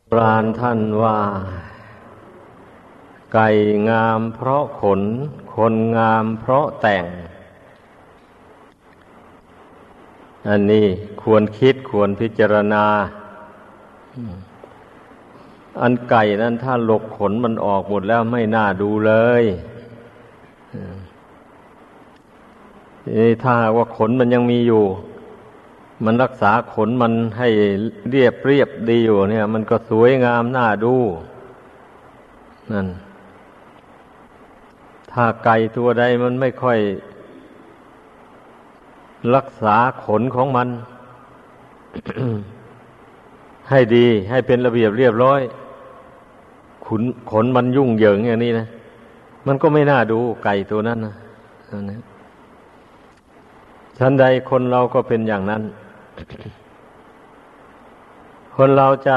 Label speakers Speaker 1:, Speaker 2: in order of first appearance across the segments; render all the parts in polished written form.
Speaker 1: โบราณท่านว่าไก่งามเพราะขนคนงามเพราะแต่งอันนี้ควรคิดควรพิจารณาอันไก่นั้นถ้าหลกขนมันออกหมดแล้วไม่น่าดูเลยนี่ถ้าว่าขนมันยังมีอยู่มันรักษาขนมันให้เรียบดีอยู่เนี่ยมันก็สวยงามน่าดูนั่นถ้าไก่ตัวใดมันไม่ค่อยรักษาขนของมัน ให้ดีให้เป็นระเบียบเรียบร้อยขนมันยุ่งเหยิงอย่างนี้นะมันก็ไม่น่าดูไก่ตัวนั้นนะฉันใดคนเราก็เป็นอย่างนั้น คนเราจะ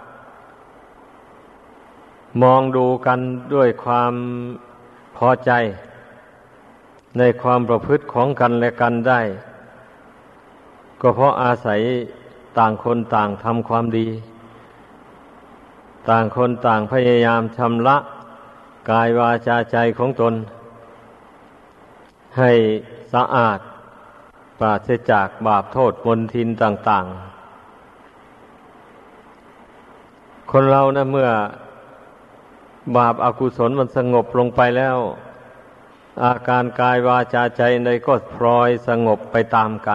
Speaker 1: มองดูกันด้วยความพอใจในความประพฤติของกันและกันได้ก็เพราะอาศัยต่างคนต่างทำความดีต่างคนต่างพยายามชำระกายวาจาใจของตนให้สะอาดปราศจากบาปโทษมลทินต่างๆคนเรานะเมื่อบาปอกุศลมันสงบลงไปแล้วอาการกายวาจาใจใดก็พลอยสงบไปตามกัน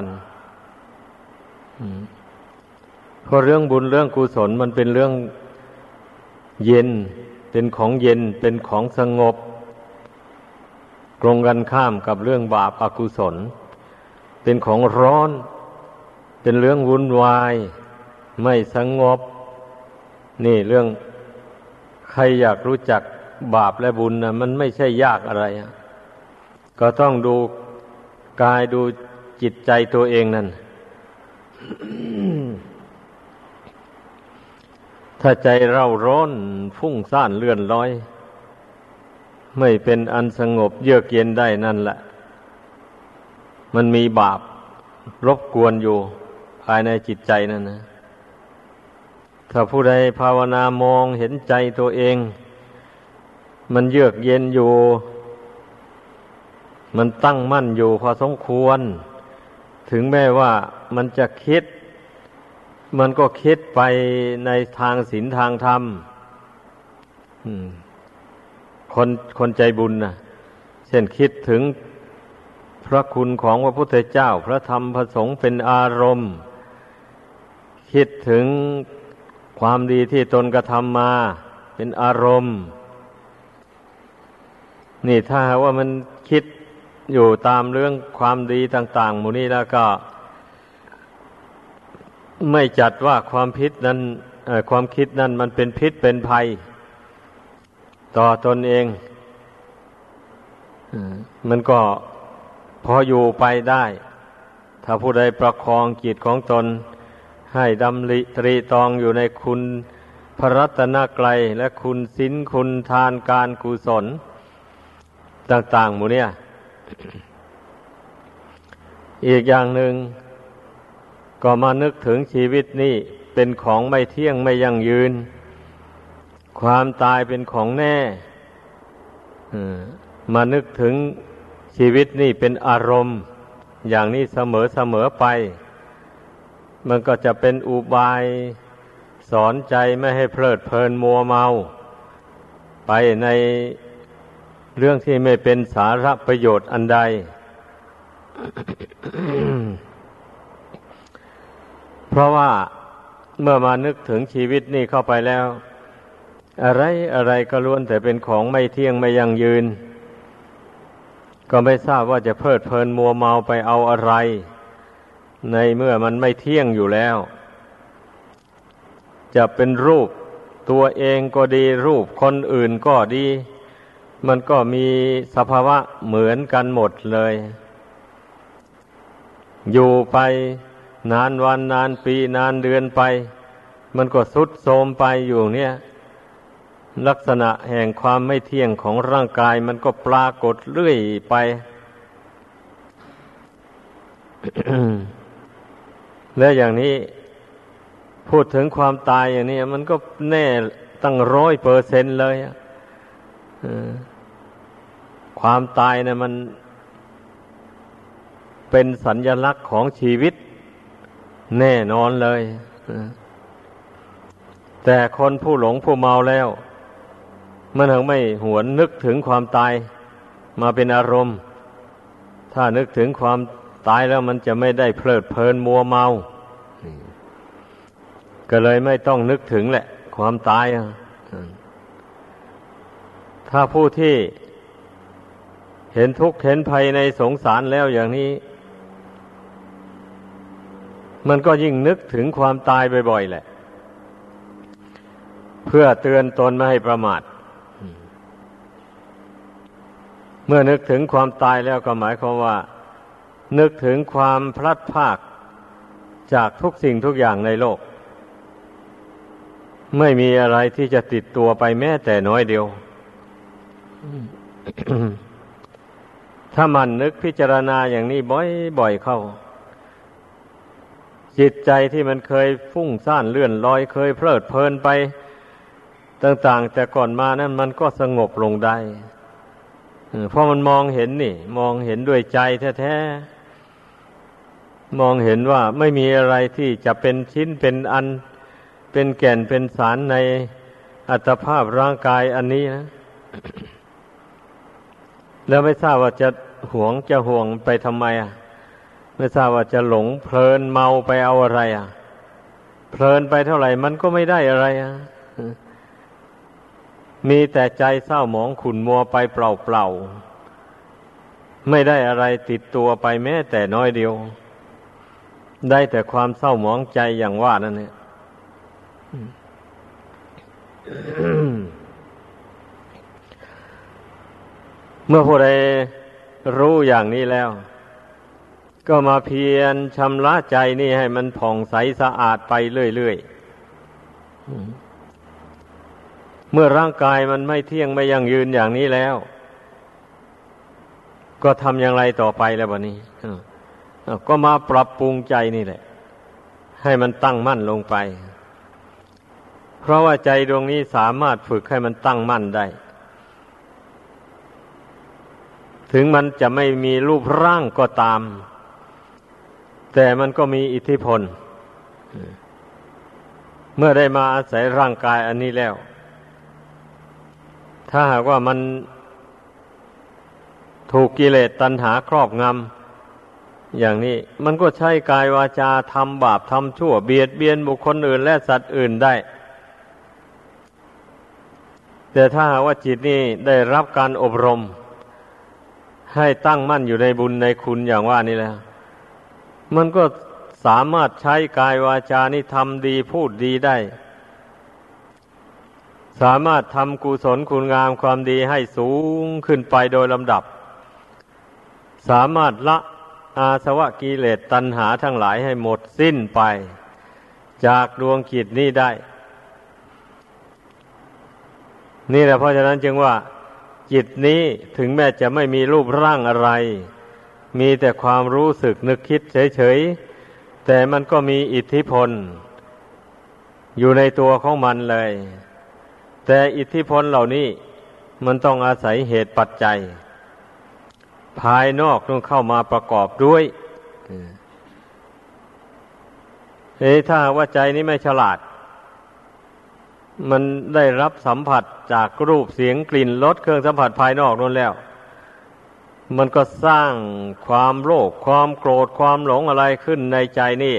Speaker 1: เพราะเรื่องบุญเรื่องกุศลมันเป็นเรื่องเย็นเป็นของเย็นเป็นของสงบตรงกันข้ามกับเรื่องบาปอกุศลเป็นของร้อนเป็นเรื่องวุ่นวายไม่สงบนี่เรื่องใครอยากรู้จักบาปและบุญนะมันไม่ใช่ยากอะไรก็ต้องดูกายดูจิตใจตัวเองนั่น ถ้าใจเร่าร้อนฟุ้งซ่านเลื่อนลอยไม่เป็นอันสงบเยือกเย็นได้นั่นแหละมันมีบาปรบกวนอยู่ภายในจิตใจนั่นนะถ้าผู้ใดภาวนามองเห็นใจตัวเองมันเยือกเย็นอยู่มันตั้งมั่นอยู่พอสมควรถึงแม้ว่ามันจะคิดมันก็คิดไปในทางศีลทางธรรมคนใจบุญนะเช่นคิดถึงพระคุณของพระพุทธเจ้าพระธรรมพระสงฆ์เป็นอารมณ์คิดถึงความดีที่ตนกระทำมาเป็นอารมณ์นี่ถ้าว่ามันคิดอยู่ตามเรื่องความดีต่างๆหมู่นี้แล้วก็ไม่จัดว่าความคิดนั้นมันเป็นพิษเป็นภัยต่อตนเองมันก็พออยู่ไปได้ถ้าผู้ใดประคองจิตของตนให้ดำริตรีตรองอยู่ในคุณพระรัตนกรัยและคุณศีลคุณทานการกุศลต่างๆหมู่เนี่ยอีกอย่างหนึ่งก็มานึกถึงชีวิตนี้เป็นของไม่เที่ยงไม่ยั่งยืนความตายเป็นของแน่มานึกถึงชีวิตนี่เป็นอารมณ์อย่างนี้เสมอไปมันก็จะเป็นอุบายสอนใจไม่ให้เพลิดเพลินมัวเมาไปในเรื่องที่ไม่เป็นสาระประโยชน์อันใด เพราะว่าเมื่อมานึกถึงชีวิตนี่เข้าไปแล้วอะไรก็ล้วนแต่เป็นของไม่เที่ยงไม่ยั่งยืนก็ไม่ทราบว่าจะเพลิดเพลินมัวเมาไปเอาอะไรในเมื่อมันไม่เที่ยงอยู่แล้วจะเป็นรูปตัวเองก็ดีรูปคนอื่นก็ดีมันก็มีสภาวะเหมือนกันหมดเลยอยู่ไปนานวันนานปีนานเดือนไปมันก็ทรุดโทรมไปอยู่เนี่ยลักษณะแห่งความไม่เที่ยงของร่างกายมันก็ปรากฏเรื่อยไป และอย่างนี้พูดถึงความตายอย่างนี้มันก็แน่ตั้ง100%เลยความตายเนี่ยมันเป็นสัญลักษณ์ของชีวิตแน่นอนเลยแต่คนผู้หลงผู้เมาแล้วมันถึงไม่หวนนึกถึงความตายมาเป็นอารมณ์ถ้านึกถึงความตายแล้วมันจะไม่ได้เพลิดเพลินมัวเมาก็เลยไม่ต้องนึกถึงแหละความตายถ้าผู้ที่เห็นทุกข์เห็นภัยในสงสารแล้วอย่างนี้มันก็ยิ่งนึกถึงความตายบ่อยๆแหละเพื่อเตือนตนไม่ให้ประมาทเมื่อนึกถึงความตายแล้วก็หมายความว่านึกถึงความพลัดพรากจากทุกสิ่งทุกอย่างในโลกไม่มีอะไรที่จะติดตัวไปแม้แต่น้อยเดียว ถ้ามันนึกพิจารณาอย่างนี้บ่อยๆเข้าจิตใจที่มันเคยฟุ้งซ่านเลื่อนลอยเคยเพลิดเพลินไปต่างๆแต่ก่อนมานั้นมันก็สงบลงได้เพราะมันมองเห็นนี่มองเห็นด้วยใจแท้ๆมองเห็นว่าไม่มีอะไรที่จะเป็นชิ้นเป็นอันเป็นแก่นเป็นสารในอัตภาพร่างกายอันนี้นะ แล้วไม่ทราบว่าจะห่วงไปทำไมไม่ทราบว่าจะหลงเพลินเมาไปเอาอะไรเพลินไปเท่าไหร่มันก็ไม่ได้อะไรมีแต่ใจเศร้าหมองขุ่นมัวไปเปล่าๆไม่ได้อะไรติดตัวไปแม้แต่น้อยเดียวได้แต่ความเศร้าหมองใจอย่างว่านั่นเนี่ย เมื่อผู้ใดรู้อย่างนี้แล้วก็มาเพียรชำระใจนี่ให้มันผ่องใสสะอาดไปเรื่อยๆเมื่อร่างกายมันไม่เที่ยงไม่ยั่งยืนอย่างนี้แล้วก็ทำอย่างไรต่อไปแล้วบัดนี้ก็มาปรับปรุงใจนี่แหละให้มันตั้งมั่นลงไปเพราะว่าใจดวงนี้สามารถฝึกให้มันตั้งมั่นได้ถึงมันจะไม่มีรูปร่างก็ตามแต่มันก็มีอิทธิพลเมื่อได้มาอาศัยร่างกายอันนี้แล้วถ้าหากว่ามันถูกกิเลสตัณหาครอบงำอย่างนี้มันก็ใช้กายวาจาทำบาปทำชั่วเบียดเบียนบุคคลอื่นและสัตว์อื่นได้แต่ถ้าหากว่าจิตนี่ได้รับการอบรมให้ตั้งมั่นอยู่ในบุญในคุณอย่างว่านี่แล้วมันก็สามารถใช้กายวาจานี่ทำดีพูดดีได้สามารถทำกุศลคุณงามความดีให้สูงขึ้นไปโดยลำดับสามารถละอาสวะกิเลสตัณหาทั้งหลายให้หมดสิ้นไปจากดวงจิตนี้ได้นี่แหละเพราะฉะนั้นจึงว่าจิตนี้ถึงแม้จะไม่มีรูปร่างอะไรมีแต่ความรู้สึกนึกคิดเฉยๆแต่มันก็มีอิทธิพลอยู่ในตัวของมันเลยแต่อิทธิพลเหล่านี้มันต้องอาศัยเหตุปัจจัยภายนอกต้องเข้ามาประกอบด้วยถ้าว่าใจนี้ไม่ฉลาดมันได้รับสัมผัสจากรูปเสียงกลิ่นรสเครื่องสัมผัสภายนอกนั่นแล้วมันก็สร้างความโลภความโกรธความหลงอะไรขึ้นในใจนี่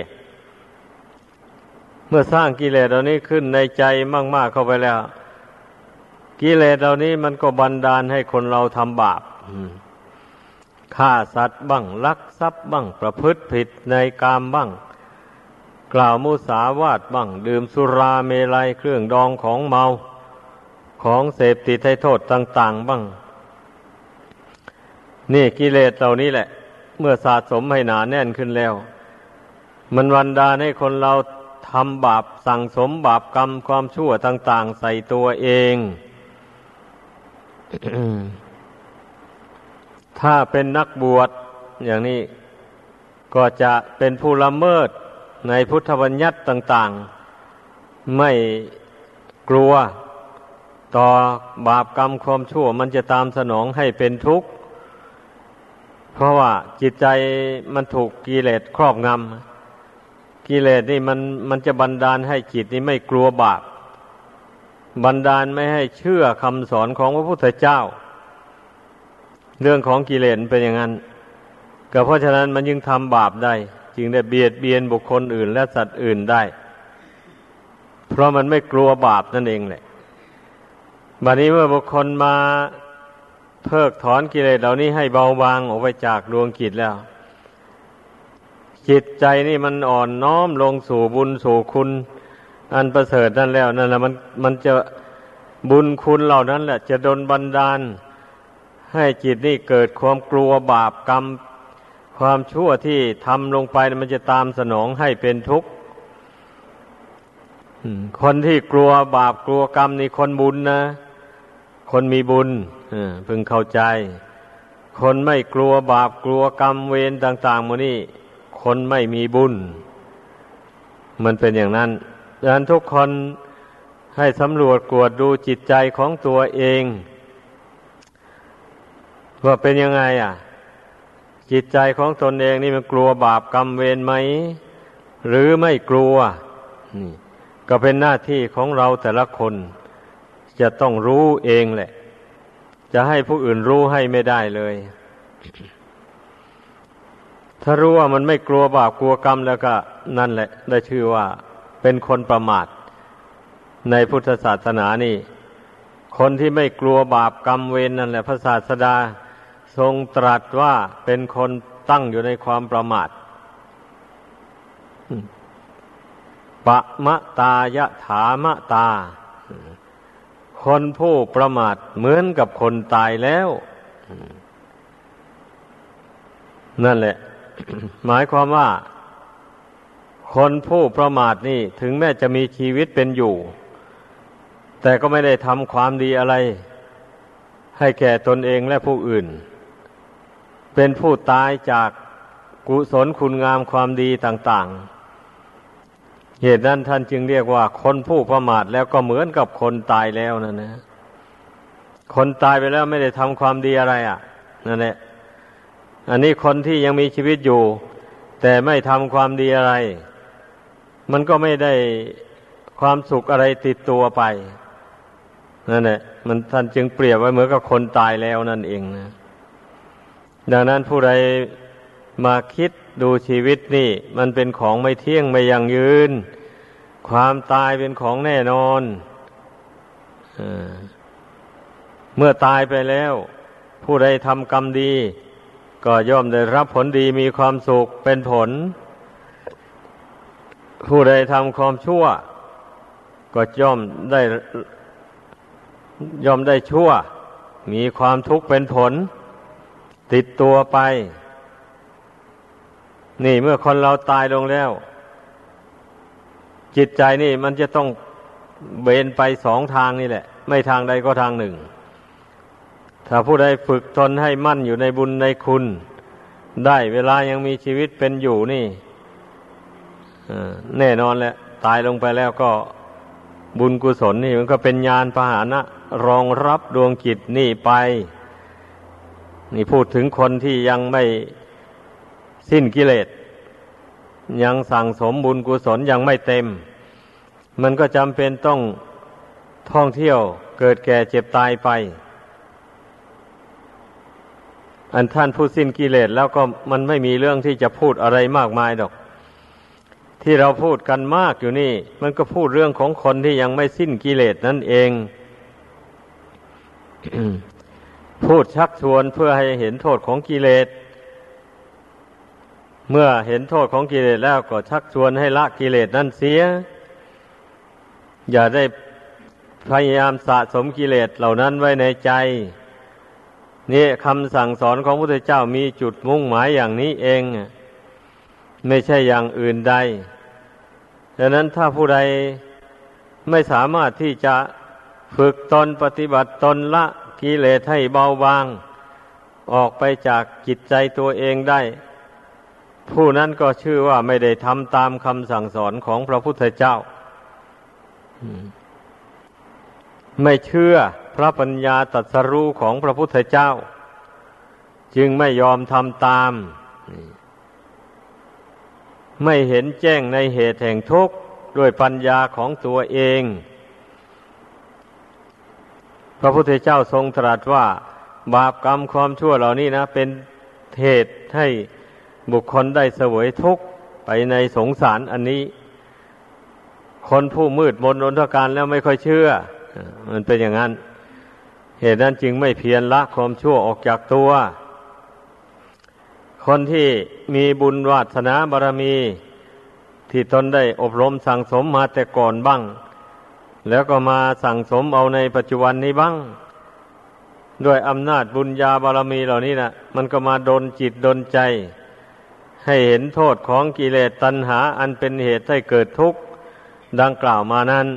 Speaker 1: เมื่อสร้างกิเลสเหล่านี้ขึ้นในใจมากๆเข้าไปแล้วกิเลสเหล่านี้มันก็บันดาลให้คนเราทำบาปฆ่าสัตว์บ้างลักทรัพย์บ้างประพฤติผิดในกามบ้างกล่าวมุสาวาทบ้างดื่มสุราเมลัยเครื่องดองของเมาของเสพติดให้โทษต่างๆบ้างนี่กิเลสเหล่านี้แหละเมื่อสะสมให้หนาแน่นขึ้นแล้วมันบันดาลให้คนเราทำบาปสั่งสมบาปกรรมความชั่วต่างๆใส่ตัวเอง ถ้าเป็นนักบวชอย่างนี้ก็จะเป็นผู้ละเมิดในพุทธบัญญัติต่างไม่กลัวต่อบาปกรรมความชั่วมันจะตามสนองให้เป็นทุกข์เพราะว่าจิตใจมันถูกกิเลสครอบงำกิเลสนี่มันจะบันดาลให้จิตนี่ไม่กลัวบาปบันดาลไม่ให้เชื่อคำสอนของพระพุทธเจ้าเรื่องของกิเลสเป็นอย่างนั้นก็เพราะฉะนั้นมันจึงทำบาปได้จึงได้เบียดเบียนบุคคลอื่นและสัตว์อื่นได้เพราะมันไม่กลัวบาปนั่นเองแหละบัดนี้เมื่อบุคคลมาเพิกถอนกิเลสเหล่านี้ให้เบาบางออกไปจากดวงจิตแล้วจิตใจนี่มันอ่อนน้อมลงสู่บุญสู่คุณอันประเสริฐนั่นแล้วนั่นแหละมันจะบุญคุณเหล่านั้นแหละจะดลบันดาลให้จิตนี่เกิดความกลัวบาปกรรมความชั่วที่ทำลงไปมันจะตามสนองให้เป็นทุกข์คนที่กลัวบาปกลัวกรรมนี่คนบุญนะคนมีบุญพึงเข้าใจคนไม่กลัวบาปกลัวกรรมเวรต่างๆหมดนี่คนไม่มีบุญมันเป็นอย่างนั้นดังนั้นทุกคนให้สำรวจกวดดูจิตใจของตัวเองว่าเป็นยังไงจิตใจของตนเองนี่มันกลัวบาปกรรมเวรไหมหรือไม่กลัวนี่ก็เป็นหน้าที่ของเราแต่ละคนจะต้องรู้เองแหละจะให้ผู้อื่นรู้ให้ไม่ได้เลยถ้ารู้ว่ามันไม่กลัวบาปกลัวกรรมแล้วก็นั่นแหละได้ชื่อว่าเป็นคนประมาทในพุทธศาสนานี่คนที่ไม่กลัวบาปกรรมเวรนั่นแหละพระศาสดาทรงตรัสว่าเป็นคนตั้งอยู่ในความประมาทปะมะตายะถามะตาคนผู้ประมาทเหมือนกับคนตายแล้วนั่นแหละ หมายความว่าคนผู้ประมาทนี่ถึงแม้จะมีชีวิตเป็นอยู่แต่ก็ไม่ได้ทำความดีอะไรให้แก่ตนเองและผู้อื่นเป็นผู้ตายจากกุศลคุณงามความดีต่างๆเหตุนั้นท่านจึงเรียกว่าคนผู้ประมาทแล้วก็เหมือนกับคนตายแล้วนั่นนะคนตายไปแล้วไม่ได้ทำความดีอะไรนั่นแหละอันนี้คนที่ยังมีชีวิตอยู่แต่ไม่ทำความดีอะไรมันก็ไม่ได้ความสุขอะไรติดตัวไปนั่นแหละมันท่านจึงเปรียบไว้เหมือนกับคนตายแล้วนั่นเองนะดังนั้นผู้ใดมาคิดดูชีวิตนี่มันเป็นของไม่เที่ยงไม่ยั่งยืนความตายเป็นของแน่นอนเมื่อตายไปแล้วผู้ใดทำกรรมดีก็ย่อมได้รับผลดีมีความสุขเป็นผลผู้ใดทำความชั่วก็ย่อมได้ชั่วมีความทุกข์เป็นผลติดตัวไปนี่เมื่อคนเราตายลงแล้วจิตใจนี่มันจะต้องเบนไปสองทางนี่แหละไม่ทางใดก็ทางหนึ่งถ้าผู้ใดฝึกตนให้มั่นอยู่ในบุญในคุณได้เวลายังมีชีวิตเป็นอยู่นี่แน่นอนแหละตายลงไปแล้วก็บุญกุศลนี่มันก็เป็นญาณพาหนะรองรับดวงจิตนี่ไปนี่พูดถึงคนที่ยังไม่สิ้นกิเลสยังสั่งสมบุญกุศลยังไม่เต็มมันก็จำเป็นต้องท่องเที่ยวเกิดแก่เจ็บตายไปอันท่านผู้สิ้นกิเลสแล้วก็มันไม่มีเรื่องที่จะพูดอะไรมากมายดอกที่เราพูดกันมากอยู่นี่มันก็พูดเรื่องของคนที่ยังไม่สิ้นกิเลสนั่นเอง พูดชักชวนเพื่อให้เห็นโทษของกิเลสเมื่อเห็นโทษของกิเลสแล้วก็ชักชวนให้ละกิเลสนั่นเสียอย่าได้พยายามสะสมกิเลสเหล่านั้นไว้ในใจนี่คำสั่งสอนของพระพุทธเจ้ามีจุดมุ่งหมายอย่างนี้เองไม่ใช่อย่างอื่นใดดังนั้นถ้าผู้ใดไม่สามารถที่จะฝึกตนปฏิบัติตนละกิเลสให้เบาบางออกไปจากจิตใจตัวเองได้ผู้นั้นก็ชื่อว่าไม่ได้ทำตามคำสั่งสอนของพระพุทธเจ้าไม่เชื่อพระปัญญาตรัสรู้ของพระพุทธเจ้าจึงไม่ยอมทำตามไม่เห็นแจ้งในเหตุแห่งทุกข์ด้วยปัญญาของตัวเองพระพุทธเจ้าทรงตรัสว่าบาปกรรมความชั่วเหล่านี้นะเป็นเหตุให้บุคคลได้เสวยทุกข์ไปในสงสารอันนี้คนผู้มืดมนอนทการแล้วไม่ค่อยเชื่อมันเป็นอย่างนั้นเหตุนั้นจึงไม่เพียรละความชั่วออกจากตัวคนที่มีบุญวาสนาบารมีที่ตนได้อบรมสั่งสมมาแต่ก่อนบ้างแล้วก็มาสั่งสมเอาในปัจจุบันนี้บ้างด้วยอำนาจบุญญาบารมีเหล่านี้นะมันก็มาดลจิตดลใจให้เห็นโทษของกิเลสตัณหาอันเป็นเหตุให้เกิดทุกข์ดังกล่าวมานั้น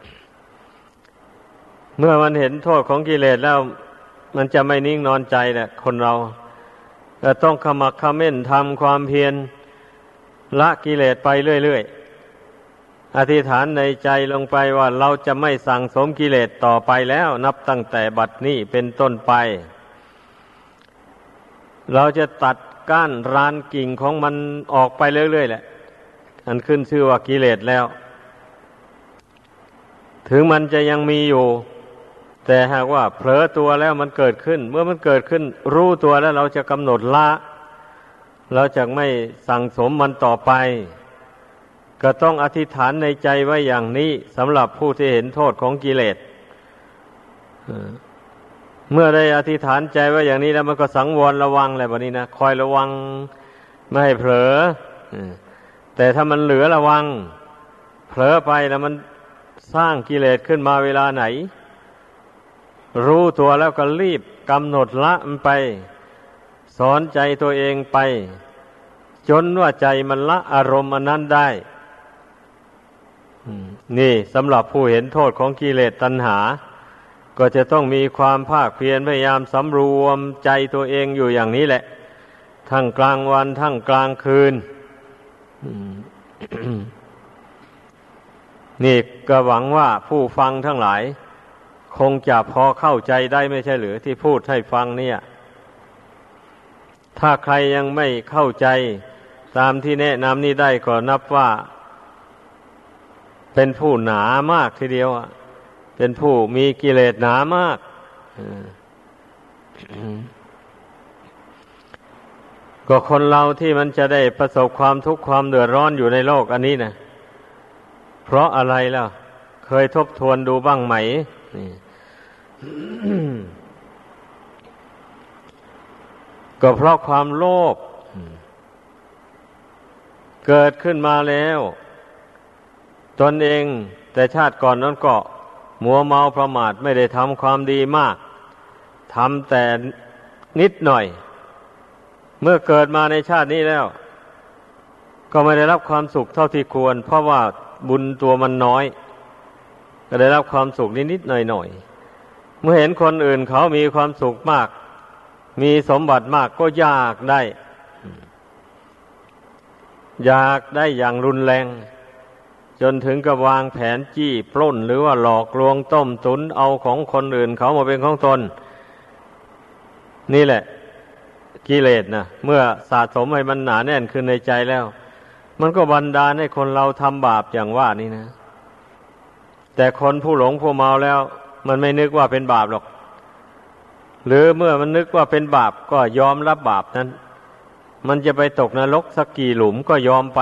Speaker 1: เมื่อมันเห็นโทษของกิเลสแล้วมันจะไม่นิ่งนอนใจแหละคนเราจะต้องขมักเขม้นทำความเพียรละกิเลสไปเรื่อยๆอธิษฐานในใจลงไปว่าเราจะไม่สั่งสมกิเลสต่อไปแล้วนับตั้งแต่บัดนี้เป็นต้นไปเราจะตัดก้านรานกิ่งของมันออกไปเรื่อยๆแหละอันขึ้นชื่อว่ากิเลสแล้วถึงมันจะยังมีอยู่แต่หากว่าเผลอตัวแล้วมันเกิดขึ้นเมื่อมันเกิดขึ้นรู้ตัวแล้วเราจะกำหนดละเราจะไม่สั่งสมมันต่อไปก็ต้องอธิษฐานในใจไว้อย่างนี้สำหรับผู้ที่เห็นโทษของกิเลสเมื่อได้อธิษฐานใจไว้อย่างนี้แล้วมันก็สังวรระวังอะไรแบบนี้นะคอยระวังไม่ให้เผลอแต่ถ้ามันเหลือระวังเผลอไปแล้วมันสร้างกิเลสขึ้นมาเวลาไหนรู้ตัวแล้วก็รีบกำหนดละมันไปสอนใจตัวเองไปจนว่าใจมันละอารมณ์อันนั้นได้นี่สำหรับผู้เห็นโทษของกิเลสตัณหาก็จะต้องมีความภาคเพียรพยายามสำรวมใจตัวเองอยู่อย่างนี้แหละทั้งกลางวันทั้งกลางคืน นี่ก็หวังว่าผู้ฟังทั้งหลายคงจะพอเข้าใจได้ไม่ใช่หรือที่พูดให้ฟังเนี่ยถ้าใครยังไม่เข้าใจตามที่แนะนำนี้ได้ก็นับว่าเป็นผู้หนามากทีเดียวเป็นผู้มีกิเลสหนามากก็คนเราที่มันจะได้ประสบความทุกข์ความเดือดร้อนอยู่ในโลกอันนี้นะเพราะอะไรล่ะเคยทบทวนดูบ้างไหมนี่ ก็เพราะความโลภเกิดขึ้นมาแล้วตนเองแต่ชาติก่อนนั้นก็มัวเมาประมาทไม่ได้ทำความดีมากทำแต่นิดหน่อยเมื่อเกิดมาในชาตินี้แล้วก็ไม่ได้รับความสุขเท่าที่ควรเพราะว่าบุญตัวมันน้อยก็ได้รับความสุขนิดๆหน่อยๆเมื่อเห็นคนอื่นเขามีความสุขมากมีสมบัติมากก็อยากได้อย่างรุนแรงจนถึงกับวางแผนจี้ปล้นหรือว่าหลอกลวงต้มตุ๋นเอาของคนอื่นเขามาเป็นของตนนี่แหละกิเลสนะเมื่อสะสมให้มันหนาแน่นขึ้นในใจแล้วมันก็บันดาลให้คนเราทำบาปอย่างว่านี่นะแต่คนผู้หลงผู้เมาแล้วมันไม่นึกว่าเป็นบาปหรอกหรือเมื่อมันนึกว่าเป็นบาปก็ยอมรับบาปนั้นมันจะไปตกนรกสักกี่หลุมก็ยอมไป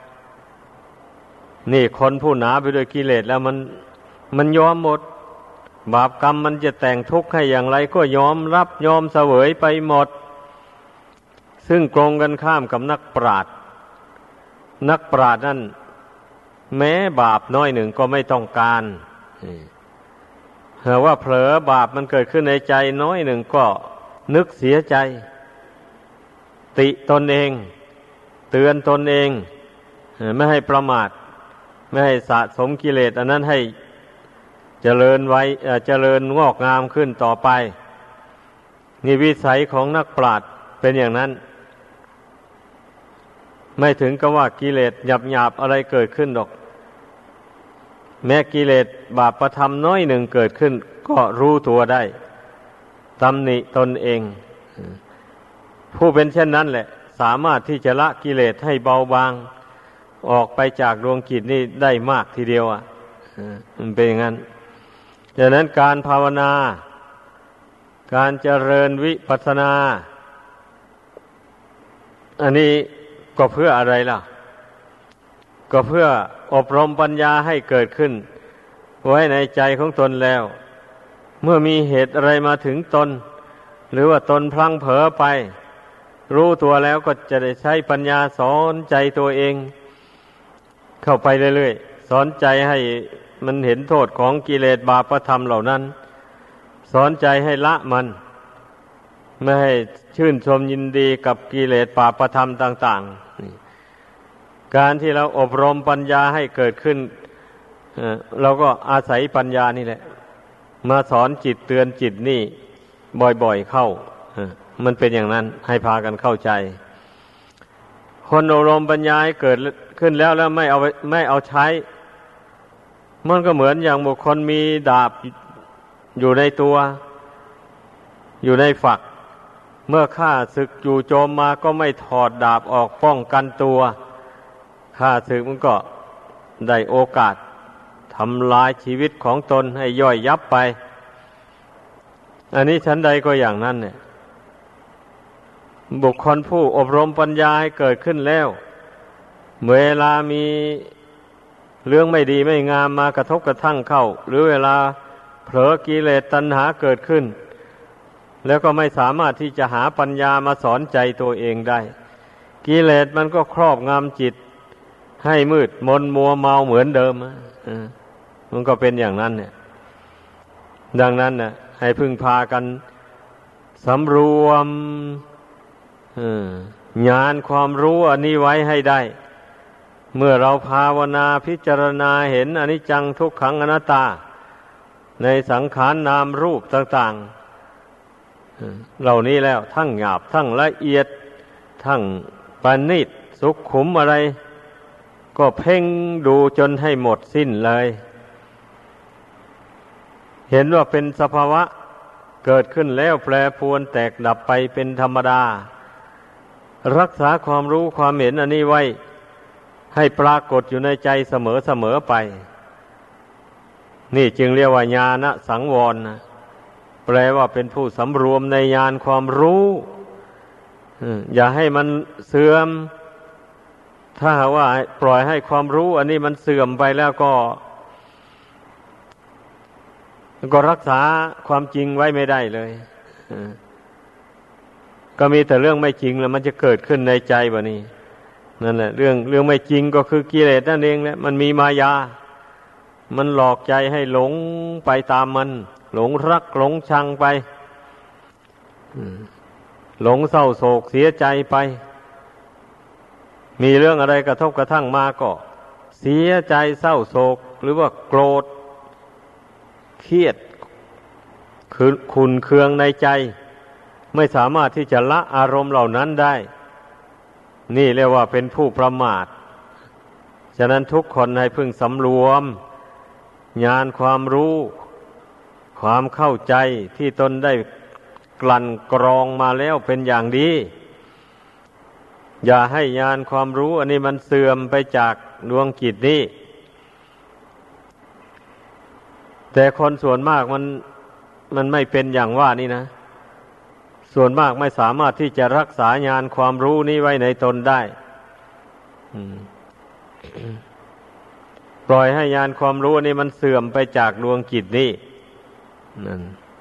Speaker 1: นี่คนผู้หนาไปด้วยกิเลสแล้วมันยอมหมดบาปกรรมมันจะแต่งทุกข์ให้อย่างไรก็ยอมรับยอมเสวยไปหมดซึ่งตรงกันข้ามกับนักปราชญ์นั่นแม้บาปน้อยหนึ่งก็ไม่ต้องการแต่ว่าเผลอบาปมันเกิดขึ้นในใจน้อยหนึ่งก็นึกเสียใจติตนเองเตือนตนเองไม่ให้ประมาทไม่ให้สะสมกิเลสอันนั้นให้เจริญงอกงามขึ้นต่อไปนี่วิสัยของนักปราชญ์เป็นอย่างนั้นไม่ถึงกับว่ากิเลสหยาบๆอะไรเกิดขึ้นหรอกแม้กิเลสบาปประทำน้อยหนึ่งเกิดขึ้นก็รู้ตัวได้ตำหนิตนเองผู้เป็นเช่นนั้นแหละสามารถที่จะละกิเลสให้เบาบางออกไปจากดวงจิตนี่ได้มากทีเดียวมันเป็นอย่างนั้นดังนั้นการภาวนาการเจริญวิปัสสนาอันนี้ก็เพื่ออะไรล่ะก็เพื่ออบรมปัญญาให้เกิดขึ้นไว้ในใจของตนแล้วเมื่อมีเหตุอะไรมาถึงตนหรือว่าตนพลั้งเผลอไปรู้ตัวแล้วก็จะได้ใช้ปัญญาสอนใจตัวเองเข้าไปเรื่อยๆสอนใจให้มันเห็นโทษของกิเลสบาปธรรมเหล่านั้นสอนใจให้ละมันไม่ให้ชื่นชมยินดีกับกิเลสบาปธรรมต่างๆการที่เราอบรมปัญญาให้เกิดขึ้นเราก็อาศัยปัญญานี่แหละมาสอนจิตเตือนจิตนี่บ่อยๆเข้ามันเป็นอย่างนั้นให้พากันเข้าใจคนอบรมปัญญาให้เกิดขึ้นแล้วไม่เอาใช้มันก็เหมือนอย่างบุคคลมีดาบอยู่ในตัวอยู่ในฝักเมื่อข้าศึกจู่โจมมาก็ไม่ถอดดาบออกป้องกันตัวข้าศึกมันก็ได้โอกาสทำลายชีวิตของตนให้ย่อยยับไปอันนี้ชั้นใดก็อย่างนั้นเนี่ยบุคคลผู้อบรมปัญญาให้เกิดขึ้นแล้วเวลามีเรื่องไม่ดีไม่งามมากระทบกระทั่งเข้าหรือเวลาเผลอกิเลสตัณหาเกิดขึ้นแล้วก็ไม่สามารถที่จะหาปัญญามาสอนใจตัวเองได้กิเลสมันก็ครอบงำจิตให้มืดมนมัวเมาเหมือนเดิมมันก็เป็นอย่างนั้นเนี่ยดังนั้นน่ะให้พึ่งพากันสำรวมญาณความรู้อันนี้ไว้ให้ได้เมื่อเราภาวนาพิจารณาเห็นอนิจจังทุกขังอนัตตาในสังขารนามรูปต่างๆเหล่านี้แล้วทั้งหยาบทั้งละเอียดทั้งประณีตสุขุมอะไรก็เพ่งดูจนให้หมดสิ้นเลยเห็นว่าเป็นสภาวะเกิดขึ้นแล้วแปรปรวนแตกดับไปเป็นธรรมดารักษาความรู้ความเห็นอันนี้ไว้ให้ปรากฏอยู่ในใจเสมอไปนี่จึงเรียกว่าญาณสังวรนะแปลว่าเป็นผู้สำรวมในญาณความรู้อย่าให้มันเสื่อมถ้าหากว่าปล่อยให้ความรู้อันนี้มันเสื่อมไปแล้วก็รักษาความจริงไว้ไม่ได้เลยก็มีแต่เรื่องไม่จริงแล้วมันจะเกิดขึ้นในใจบ่นี้นั่นแหละเรื่องไม่จริงก็คือกิเลสนั่นเองแหละมันมีมายามันหลอกใจให้หลงไปตามมันหลงรักหลงชังไปหลงเศร้าโศกเสียใจไปมีเรื่องอะไรกระทบกระทั่งมาก็เสียใจเศร้าโศกหรือว่าโกรธเครียดขุ่นเคืองในใจไม่สามารถที่จะละอารมณ์เหล่านั้นได้นี่เรียกว่าเป็นผู้ประมาทฉะนั้นทุกคนให้พึงสำรวมญาณความรู้ความเข้าใจที่ตนได้กลั่นกรองมาแล้วเป็นอย่างดีอย่าให้ญาณความรู้อันนี้มันเสื่อมไปจากดวงจิตนี้แต่คนส่วนมากมันไม่เป็นอย่างว่านี่นะส่วนมากไม่สามารถที่จะรักษาญาณความรู้นี้ไว้ในตนได้ปล่อยให้ญาณความรู้นี้มันเสื่อมไปจากดวงจิตนี้นั่น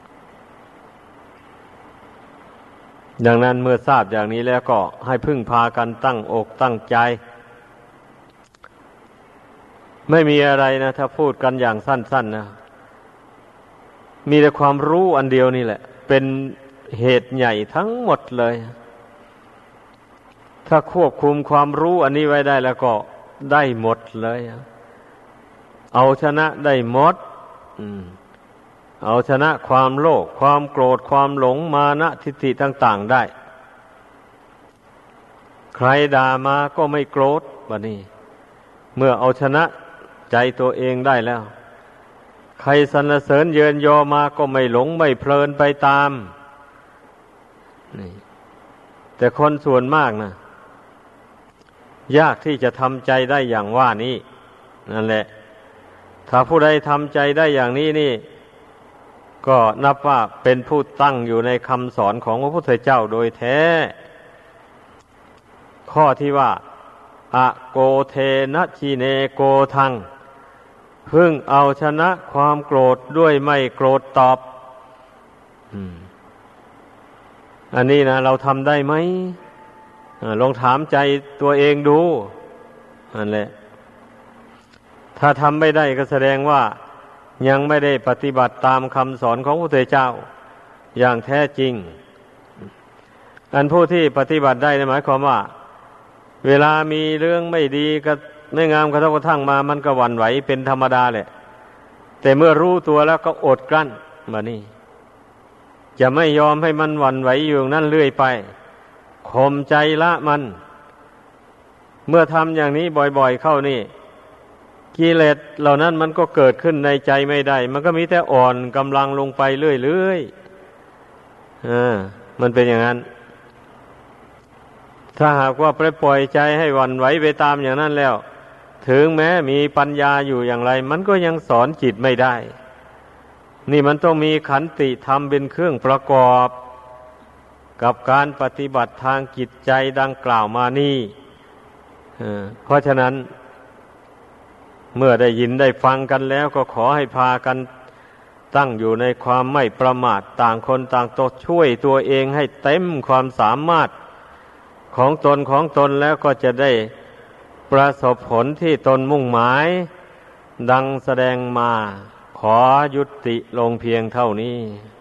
Speaker 1: ดังนั้นเมื่อทราบอย่างนี้แล้วก็ให้พึ่งพากันตั้งอกตั้งใจไม่มีอะไรนะถ้าพูดกันอย่างสั้นๆนะมีแต่ความรู้อันเดียวนี่แหละเป็นเหตุใหญ่ทั้งหมดเลยถ้าควบคุมความรู้อันนี้ไว้ได้แล้วก็ได้หมดเลยเอาชนะได้หมดเอาชนะความโลภความโกรธความหลงมานะทิฏฐิต่างๆได้ใครด่ามาก็ไม่โกรธบัดนี้เมื่อเอาชนะใจตัวเองได้แล้วใครสรรเสริญเยินยอมาก็ไม่หลงไม่เพลินไปตามนี่แต่คนส่วนมากนะยากที่จะทำใจได้อย่างว่านี้นั่นแหละถ้าผู้ใดทำใจได้อย่างนี้นี่ก็นับว่าเป็นผู้ตั้งอยู่ในคำสอนของพระพุทธเจ้าโดยแท้ข้อที่ว่าอะโกเทนะชีเนโกทังพึ่งเอาชนะความโกรธด้วยไม่โกรธตอบอันนี้นะเราทำได้ไหมลองถามใจตัวเองดูนั่นแหละถ้าทำไม่ได้ก็แสดงว่ายังไม่ได้ปฏิบัติตามคำสอนของพระพุทธเจ้าอย่างแท้จริงอันผู้ที่ปฏิบัติได้หมายความว่าเวลามีเรื่องไม่ดีก็ไม่งามกระทบกระทั่งมามันก็หวั่นไหวเป็นธรรมดาแหละแต่เมื่อรู้ตัวแล้วก็อดกลั้นมานี่จะไม่ยอมให้มันหวั่นไหวอยู่นั่นเรื่อยไปข่มใจละมันเมื่อทำอย่างนี้บ่อยๆเข้านี่กิเลสเหล่านั้นมันก็เกิดขึ้นในใจไม่ได้มันก็มีแต่อ่อนกำลังลงไปเรื่อยๆมันเป็นอย่างนั้นถ้าหากว่าปล่อยใจให้หวั่นไหวไปตามอย่างนั้นแล้วถึงแม้มีปัญญาอยู่อย่างไรมันก็ยังสอนจิตไม่ได้นี่มันต้องมีขันติธรรมเป็นเครื่องประกอบกับการปฏิบัติทางจิตใจดังกล่าวมานี่เพราะฉะนั้นเมื่อได้ยินได้ฟังกันแล้วก็ขอให้พากันตั้งอยู่ในความไม่ประมาทต่างคนต่างตนช่วยตัวเองให้เต็มความสามารถของตนแล้วก็จะได้ประสบผลที่ตนมุ่งหมายดังแสดงมาขอยุติลงเพียงเท่านี้